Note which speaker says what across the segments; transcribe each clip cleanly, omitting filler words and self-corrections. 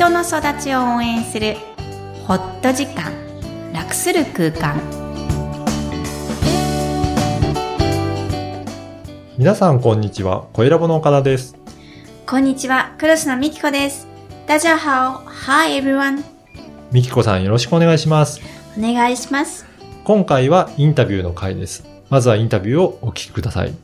Speaker 1: 人の育ちを応援するホット時間、楽する空間。
Speaker 2: 皆さんこんにちは、声ラボの岡田です。
Speaker 1: こんにちは、クロスのミキコです。大家好、Hi everyone。
Speaker 2: ミキコさんよろしくお願いします。
Speaker 1: お願いします。
Speaker 2: 今回はインタビューの回です。まずはインタビューをお聞きください。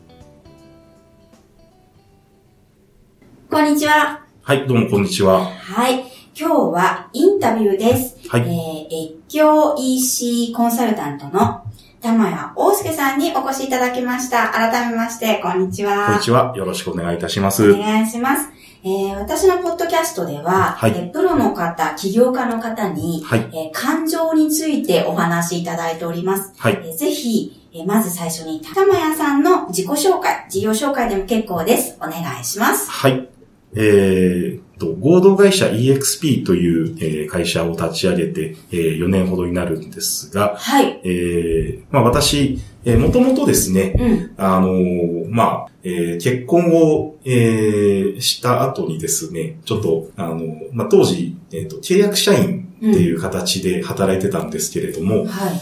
Speaker 1: こんにちは。
Speaker 3: はい、どうもこんにちは。
Speaker 1: はい、今日はインタビューです。
Speaker 3: はい。
Speaker 1: 越境 EC コンサルタントの玉谷大輔さんにお越しいただきました。改めまして、こんにちは。
Speaker 3: こんにちは。よろしくお願いいたします。
Speaker 1: お願いします。私のポッドキャストでは、
Speaker 3: はい、
Speaker 1: プロの方、起業家の方に、
Speaker 3: はい、
Speaker 1: 感情についてお話しいただいております。
Speaker 3: はい。
Speaker 1: ぜひ、まず最初に玉谷さんの自己紹介、事業紹介でも結構です。お願いします。
Speaker 3: はい。合同会社 EXP という、会社を立ち上げて、4年ほどになるんですが、
Speaker 1: はい。
Speaker 3: 私、もともとですね、結婚を、した後にですね、ちょっと、当時、契約社員っていう形で働いてたんですけれども、
Speaker 1: はい。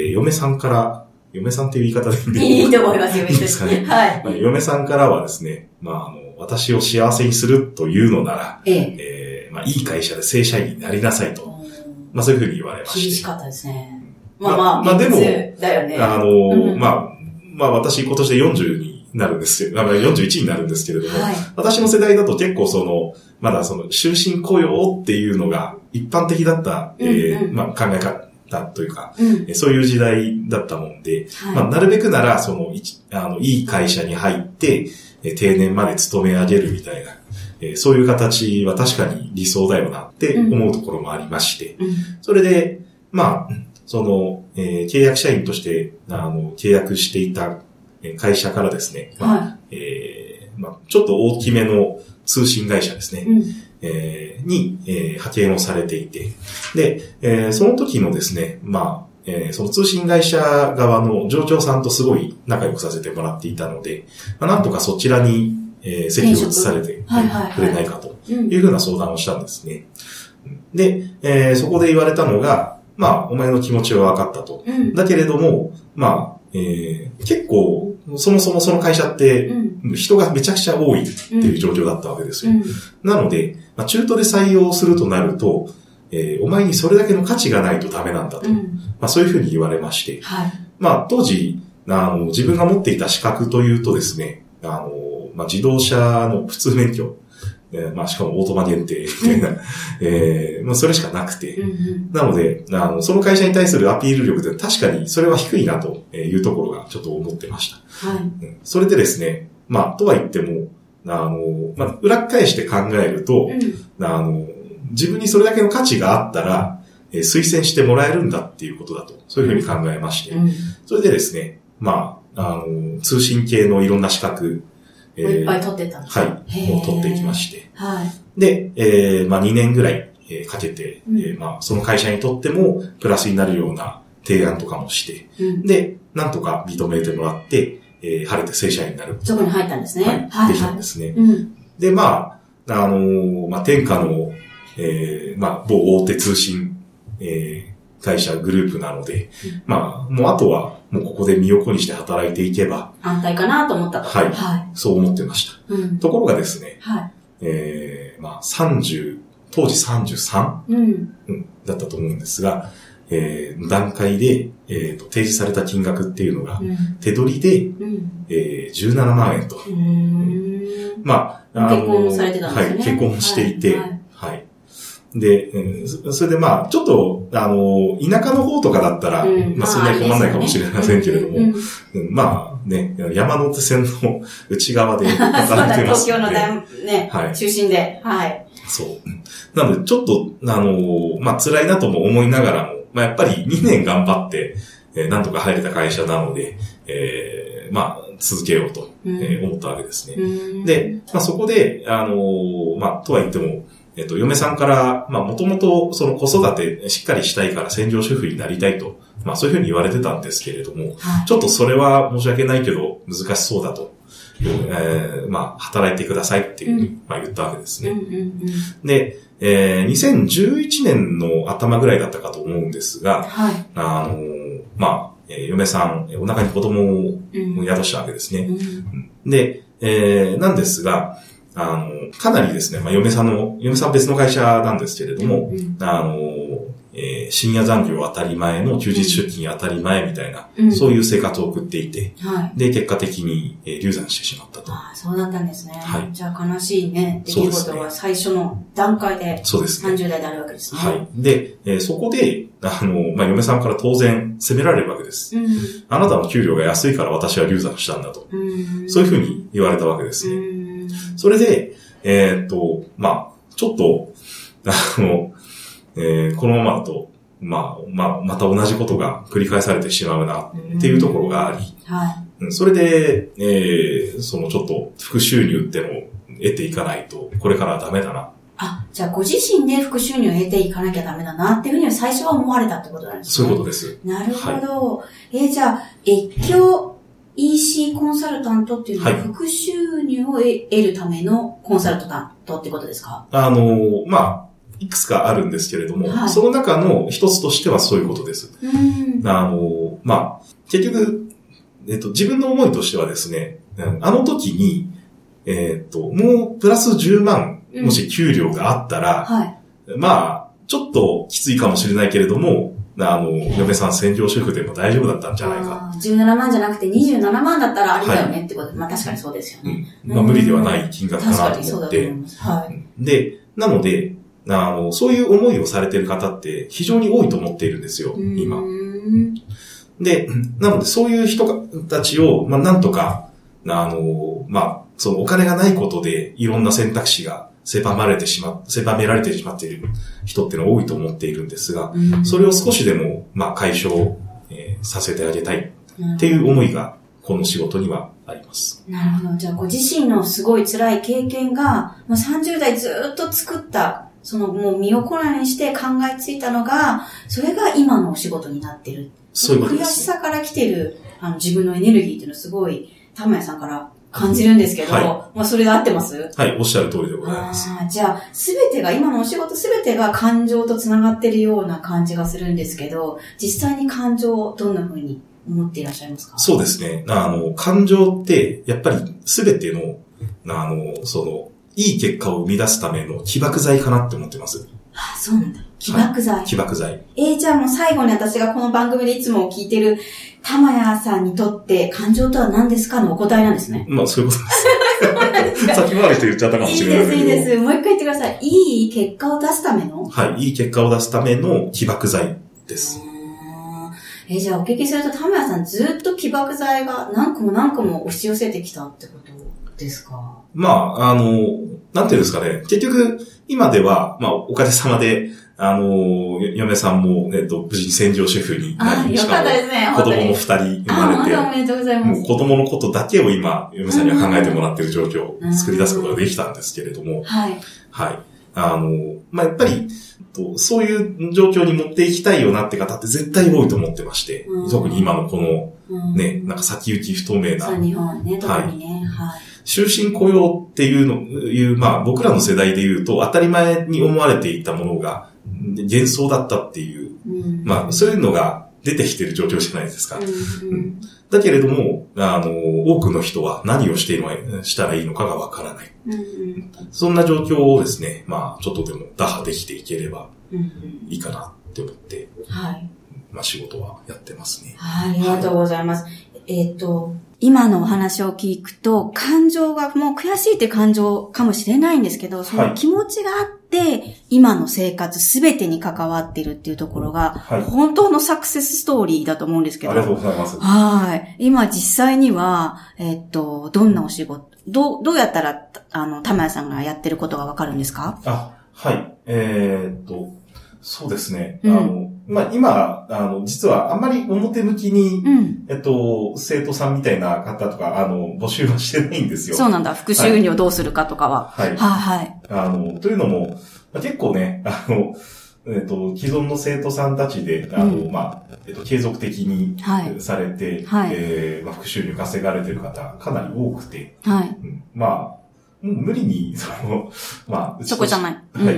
Speaker 3: 嫁さんっていう言い方で
Speaker 1: いいと思いますよ、
Speaker 3: いいですかね。
Speaker 1: はい。
Speaker 3: 嫁さんからはですね、私を幸せにするというのなら、いい会社で正社員になりなさいと、そういうふうに言われまして。
Speaker 1: 厳しかったですね。
Speaker 3: でも、
Speaker 1: だよね。
Speaker 3: 私今年で40になるんですけど、41になるんですけれども、
Speaker 1: はい、
Speaker 3: 私の世代だと結構まだ終身雇用っていうのが一般的だった、考え方というか、そういう時代だったもんで、はい、なるべくなら、いい会社に入って、定年まで勤め上げるみたいな、そういう形は確かに理想だよなって思うところもありまして、それで、契約社員として、契約していた会社からですね、ちょっと大きめの通信会社ですね、に、派遣をされていて、で、その時のですね、その通信会社側の上長さんとすごい仲良くさせてもらっていたので、なんとかそちらに、席を移されてくれないかというふうな相談をしたんですね。で、そこで言われたのが、お前の気持ちは分かったと。だけれども、結構、そもそもその会社って、人がめちゃくちゃ多いっていう状況だったわけですよ。なので、中途で採用するとなると、お前にそれだけの価値がないとダメなんだと。そういうふうに言われまして。
Speaker 1: はい、
Speaker 3: 当時、自分が持っていた資格というとですね、自動車の普通免許、しかもオートマ限定みたいな、それしかなくて。なので、その会社に対するアピール力で確かにそれは低いなというところがちょっと思ってました。
Speaker 1: はい、
Speaker 3: それでですね、とは言っても、裏返して考えると、自分にそれだけの価値があったら、推薦してもらえるんだっていうことだと、そういうふうに考えまして。それでですね、通信系のいろんな資格、
Speaker 1: いっぱい取ってたんですか？
Speaker 3: はい。もう取っていきまして。
Speaker 1: はい。
Speaker 3: で、2年ぐらいかけて、その会社にとってもプラスになるような提案とかもして、で、なんとか認めてもらって、晴れて正社員になる。
Speaker 1: そこに入ったんですね。
Speaker 3: はい。できたんですね。で、天下の、某大手通信、会社グループなので、もうあとは、もうここで身を粉にして働いていけば。
Speaker 1: 安泰かなと思ったと。
Speaker 3: はい。そう思ってました。ところがですね、当時33、だったと思うんですが、段階で、提示された金額っていうのが、手取りで、17万円と。
Speaker 1: 結婚されてたんですね。
Speaker 3: はい、結婚していて、はい。で、それでちょっと、田舎の方とかだったら、そんなに困らないかもしれませんけれども、山手線の内側で働いてますので。
Speaker 1: 東京の中心で、はい。
Speaker 3: そう。なので、ちょっと、辛いなとも思いながらも、やっぱり2年頑張って、なんとか入れた会社なので、続けようと、思ったわけですね。で、そこで、とは言っても、嫁さんから、もともとその子育てしっかりしたいから専業主婦になりたいと、そういうふうに言われてたんですけれども、ちょっとそれは申し訳ないけど難しそうだと。働いてくださいっていうふうに言ったわけですね。で、 2011年の頭ぐらいだったかと思うんですが、
Speaker 1: はい。
Speaker 3: 嫁さん、お腹に子供を宿したわけですね。で、なんですが、かなりですね、嫁さん別の会社なんですけれども、深夜残業当たり前の休日出勤当たり前みたいな、そういう生活を送っていて、で、結果的に流産してしまったと。
Speaker 1: そうだったんですね。
Speaker 3: はい。
Speaker 1: じゃあ悲しいね、出来事が最初の段階で、
Speaker 3: そうですね。
Speaker 1: 30代であるわけですね。
Speaker 3: はい。で、そこで、嫁さんから当然責められるわけです。あなたの給料が安いから私は流産したんだと。そういうふうに言われたわけですね。それで、ちょっと、このままだと、また同じことが繰り返されてしまうなっていうところがあり、それで、ちょっと副収入ってのを得ていかないと、これからはダメだな。
Speaker 1: じゃあご自身で副収入を得ていかなきゃダメだなっていうふうには最初は思われたってことなんですね。
Speaker 3: そういうことです。
Speaker 1: なるほど。じゃあ、越境 EC コンサルタントっていうのは副収入を得るためのコンサルタントってことですか？
Speaker 3: いくつかあるんですけれども、その中の一つとしてはそういうことです。結局、自分の思いとしてはですね、あの時に、もうプラス10万、もし給料があったら、ちょっときついかもしれないけれども、嫁さん専業主婦でも大丈夫だったんじゃないか。
Speaker 1: 17万じゃなくて27万だったらありだよねってこと。確かにそうですよね。
Speaker 3: 無理ではない金額かなと思って。で、なので、そういう思いをされている方って非常に多いと思っているんですよ、今。で、なのでそういう人たちを、なんとか、そのお金がないことでいろんな選択肢が狭められてしまっている人ってのは多いと思っているんですが、それを少しでも、解消、させてあげたいっていう思いが、この仕事にはあります。
Speaker 1: なるほど。じゃあご自身のすごい辛い経験が、30代ずっと作った、もう身を粉にして考えついたのが、それが今のお仕事になってる。
Speaker 3: そういうことです。
Speaker 1: 悔しさから来てる、自分のエネルギーっていうのはすごい、玉谷さんから感じるんですけど、それで合ってます？
Speaker 3: はい、おっしゃる通りでございます。
Speaker 1: じゃあ、すべてが、今のお仕事すべてが感情と繋がってるような感じがするんですけど、実際に感情をどんな風に思っていらっしゃいますか？そうですね。
Speaker 3: 感情って、やっぱりすべての、いい結果を生み出すための起爆剤かなって思ってます。
Speaker 1: そうなんだ。起爆剤。
Speaker 3: 起爆剤。
Speaker 1: じゃあもう最後に私がこの番組でいつも聞いてる玉谷さんにとって感情とは何ですかのお答えなんですね。
Speaker 3: そういうことです。先回りして言っちゃったかもしれないけど。
Speaker 1: いいです。もう一回言ってください。いい結果を出すための？
Speaker 3: いい結果を出すための起爆剤です。
Speaker 1: じゃあお聞きすると玉谷さんずっと起爆剤が何個も押し寄せてきたってことですか？
Speaker 3: なんていうんですかね。結局、今では、おかげさまで、嫁さんも、無事に専業主婦になり、
Speaker 1: よかったですね。
Speaker 3: 子供も2人生まれて、
Speaker 1: おめでとうございます。
Speaker 3: もう子供のことだけを今、嫁さんには考えてもらっている状況を作り出すことができたんですけれども、やっぱり、そういう状況に持っていきたいよなって方って絶対多いと思ってまして、特に今のこの、なんか先行き不透明な。
Speaker 1: 日本ね、特にね。
Speaker 3: 終身雇用っていう僕らの世代で言うと当たり前に思われていたものが幻想だったっていう、そういうのが出てきている状況じゃないですか。だけれども、多くの人は何をしたらいいのかがわからない。そんな状況をですね、ちょっとでも打破できていければいいかなって思って、仕事はやってますね。
Speaker 1: ありがとうございます。今のお話を聞くと、感情がもう悔しいって感情かもしれないんですけど、その気持ちがあって、今の生活すべてに関わっているっていうところが、本当のサクセスストーリーだと思うんですけど。
Speaker 3: ありがとうございます。
Speaker 1: 今実際には、どんなお仕事、どうやったら、玉谷さんがやってることがわかるんですか？
Speaker 3: そうですね。今、実はあんまり表向きに、生徒さんみたいな方とか、募集はしてないんですよ。
Speaker 1: そうなんだ。副収入をどうするかとかは。
Speaker 3: というのも、結構ね、既存の生徒さんたちで、継続的にされて、副収入稼がれてる方、かなり多くて、 無理に、
Speaker 1: そこじゃない。
Speaker 3: はい。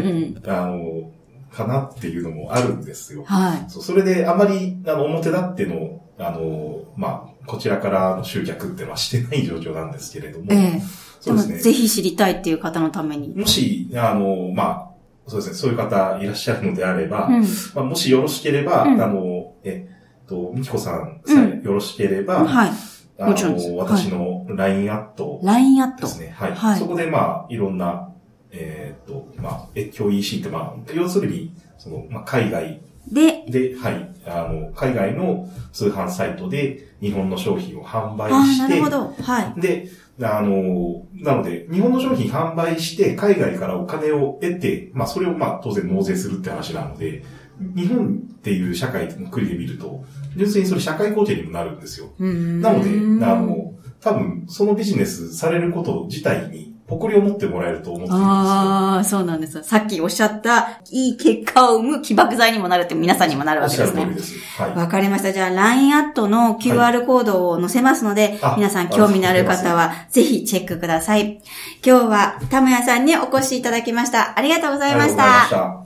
Speaker 3: かなっていうのもあるんですよ。
Speaker 1: はい。
Speaker 3: それであまり、表立っての、こちらからの集客っていうのはしてない状況なんですけれども。
Speaker 1: そうですね。ぜひ知りたいっていう方のために。
Speaker 3: もし、そうですね、そういう方いらっしゃるのであれば、もしよろしければ、みきこさんさえよろしければ、
Speaker 1: はい。もちろんです。
Speaker 3: 私の LINE アット。
Speaker 1: LINE アット
Speaker 3: ですね。はい。そこで、いろんな、越境 EC って、要するに、海外で、はい、海外の通販サイトで日本の商品を販売して、
Speaker 1: なるほど。はい。
Speaker 3: で、なので、日本の商品販売して、海外からお金を得て、それを当然納税するって話なので、日本っていう社会の国で見ると、純粋にそれ社会貢献にもなるんですよ。なので、多分、そのビジネスされること自体に、誇りを持ってもらえると思っているんですよ。
Speaker 1: ああ、そうなんです。さっきおっしゃった、いい結果を生む起爆剤にもなるって皆さんにもなるわけですね。
Speaker 3: おっしゃる通りです。はい。
Speaker 1: わかりました。じゃあ、LINE アットの QR コードを載せますので、皆さん興味のある方は、ぜひチェックください。今日は、たむやさんにお越しいただきました。ありがとうございました。ありがとうございました。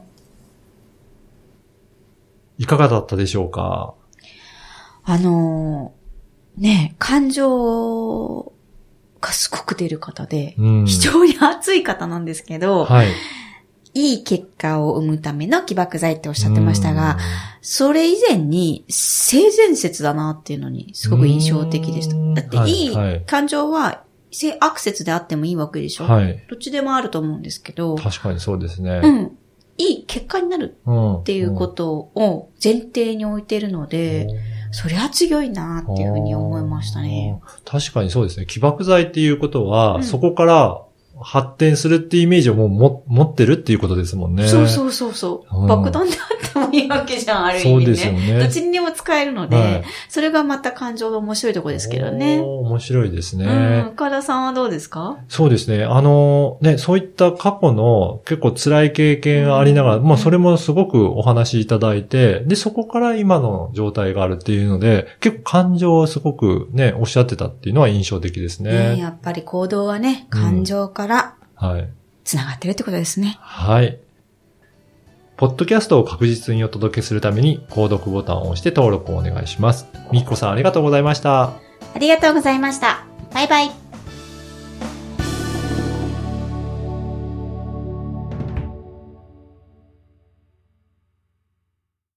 Speaker 2: いかがだったでしょうか？
Speaker 1: 感情がすごく出る方で、非常に熱い方なんですけど、いい結果を生むための起爆剤っておっしゃってましたが、それ以前に性善説だなっていうのにすごく印象的でした。だっていい感情は性悪説であってもいいわけでしょ、どっちでもあると思うんですけど。
Speaker 2: 確かにそうですね。
Speaker 1: いい結果になるっていうことを前提に置いているので、そりゃ強いなっていうふうに思いましたね。
Speaker 2: 確かにそうですね。起爆剤っていうことは、そこから発展するっていうイメージをもう持ってるっていうことですもんね。
Speaker 1: そう。爆弾であってもいいわけじゃん、ある意味ね。そうですよね。どっちにも使えるので、それがまた感情の面白いところですけどね。
Speaker 2: 面白いですね。
Speaker 1: 岡田さんはどうですか？
Speaker 2: そうですね。そういった過去の結構辛い経験がありながら、それもすごくお話しいただいて、で、そこから今の状態があるっていうので、結構感情をすごくね、おっしゃってたっていうのは印象的ですね。
Speaker 1: やっぱり行動はね、感情からつながってるってことですね。
Speaker 2: はい。ポッドキャストを確実にお届けするために、購読ボタンを押して登録をお願いします。みきこさんありがとうございました。
Speaker 1: ありがとうございました。バイバイ。